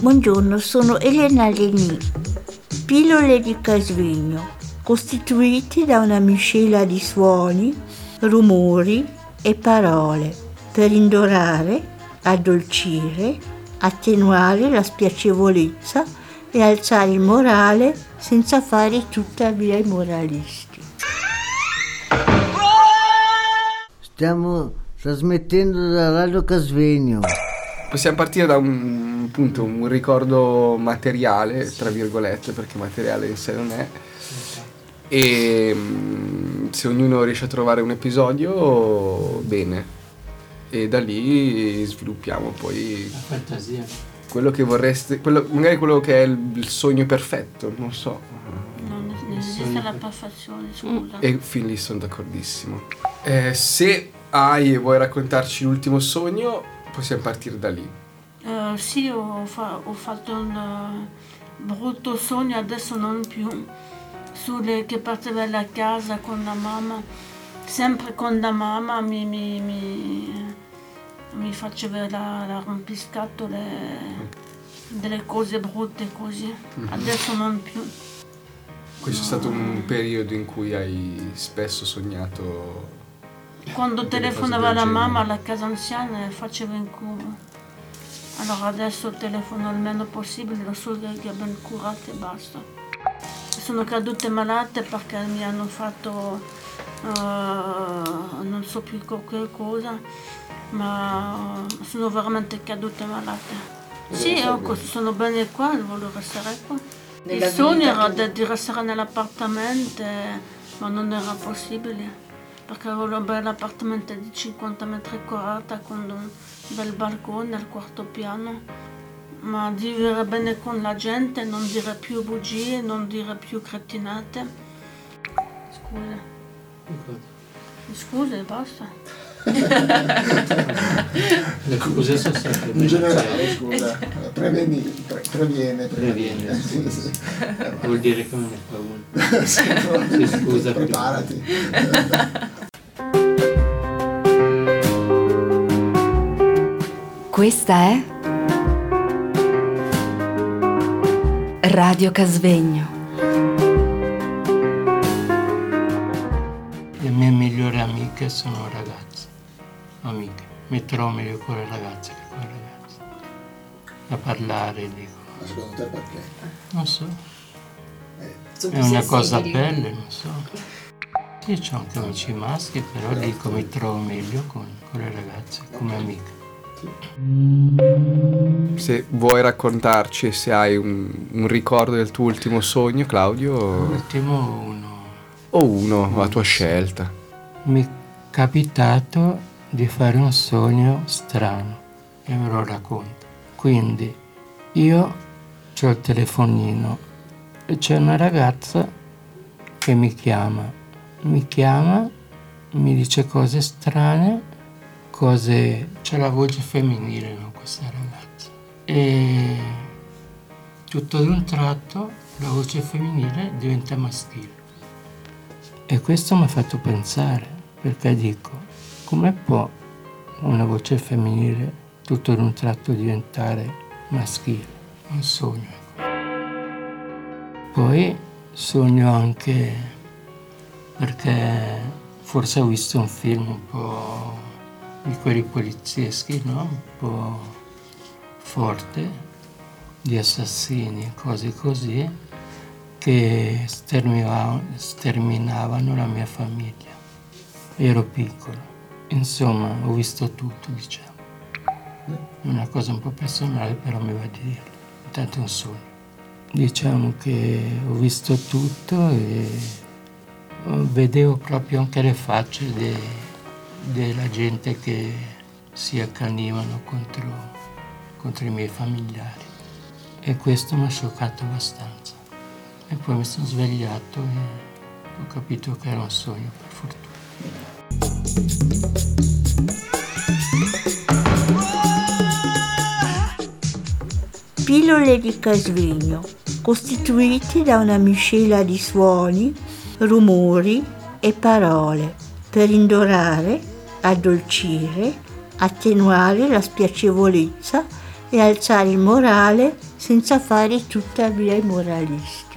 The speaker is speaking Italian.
Buongiorno, sono Elena Leni. Pillole di Casvegno, costituite da una miscela di suoni, rumori e parole per indorare, addolcire, attenuare la spiacevolezza e alzare il morale senza fare tuttavia i moralisti. Stiamo trasmettendo da Radio Casvegno. Possiamo partire da un ricordo materiale, tra virgolette, perché materiale in sé non è. E se ognuno riesce a trovare un episodio, bene. E da lì sviluppiamo poi la fantasia. Quello che vorreste, magari quello che è il sogno perfetto, non so. Non esiste la perfezione, scusa. E fin lì sono d'accordissimo. Se hai e vuoi raccontarci l'ultimo sogno, possiamo partire da lì. Sì, ho fatto un brutto sogno, adesso non più, che partiva da casa con la mamma, sempre con la mamma mi faceva la rompiscatole delle cose brutte così, adesso non più. Questo è stato un periodo in cui hai spesso sognato. Quando telefonava la mamma alla casa anziana faceva incubo. Allora adesso telefono il meno possibile, lo so che è ben curata e basta. Sono cadute malate perché mi hanno fatto non so più che cosa, ma sono veramente cadute malate. Sì, sono bene qua, voglio restare qua. Il sogno era di restare nell'appartamento, ma non era possibile. Perché avevo un bel appartamento di 50 metri quadrati con un bel balcone al quarto piano, ma di vivere bene con la gente, non dire più bugie, non dire più cretinate. Scusa e basta. Le scuse sono sempre in generale, scusa, previene. Sì. Vuol dire che non ne fa uno. Sì, scusa, preparati. Questa è Radio Casvegno. Le mie migliori amiche sono ragazze, amiche. Mi trovo meglio con le ragazze che con i ragazzi. A parlare, dico. Ma secondo te perché? Non so. È una cosa bella, non so. Sì, c'ho anche amici maschi, però dico mi trovo meglio con le ragazze, come amiche. Se vuoi raccontarci, se hai un ricordo del tuo ultimo sogno, Claudio. L'ultimo uno. O uno, la tua scelta. Mi è capitato di fare un sogno strano e ve lo racconto. Quindi io ho il telefonino e c'è una ragazza che mi chiama, mi dice cose strane, c'è la voce femminile, no, questa ragazza. E tutto ad un tratto la voce femminile diventa maschile. E questo mi ha fatto pensare, perché dico, come può una voce femminile tutto ad un tratto diventare maschile? Un sogno. Poi sogno anche perché forse ho visto un film un po' di quelli polizieschi, no? Un po' forte, di assassini, cose così, che sterminavano la mia famiglia. Ero piccolo. Insomma, ho visto tutto, diciamo. È una cosa un po' personale, però mi va di dirlo. Intanto è un sogno. Diciamo che ho visto tutto e vedevo proprio anche le facce della gente che si accanivano contro i miei familiari. E questo mi ha scioccato abbastanza. E poi mi sono svegliato e ho capito che era un sogno, per fortuna. Pillole di Casvegno, costituite da una miscela di suoni, rumori e parole per indorare, addolcire, attenuare la spiacevolezza e alzare il morale senza fare tuttavia i moralisti.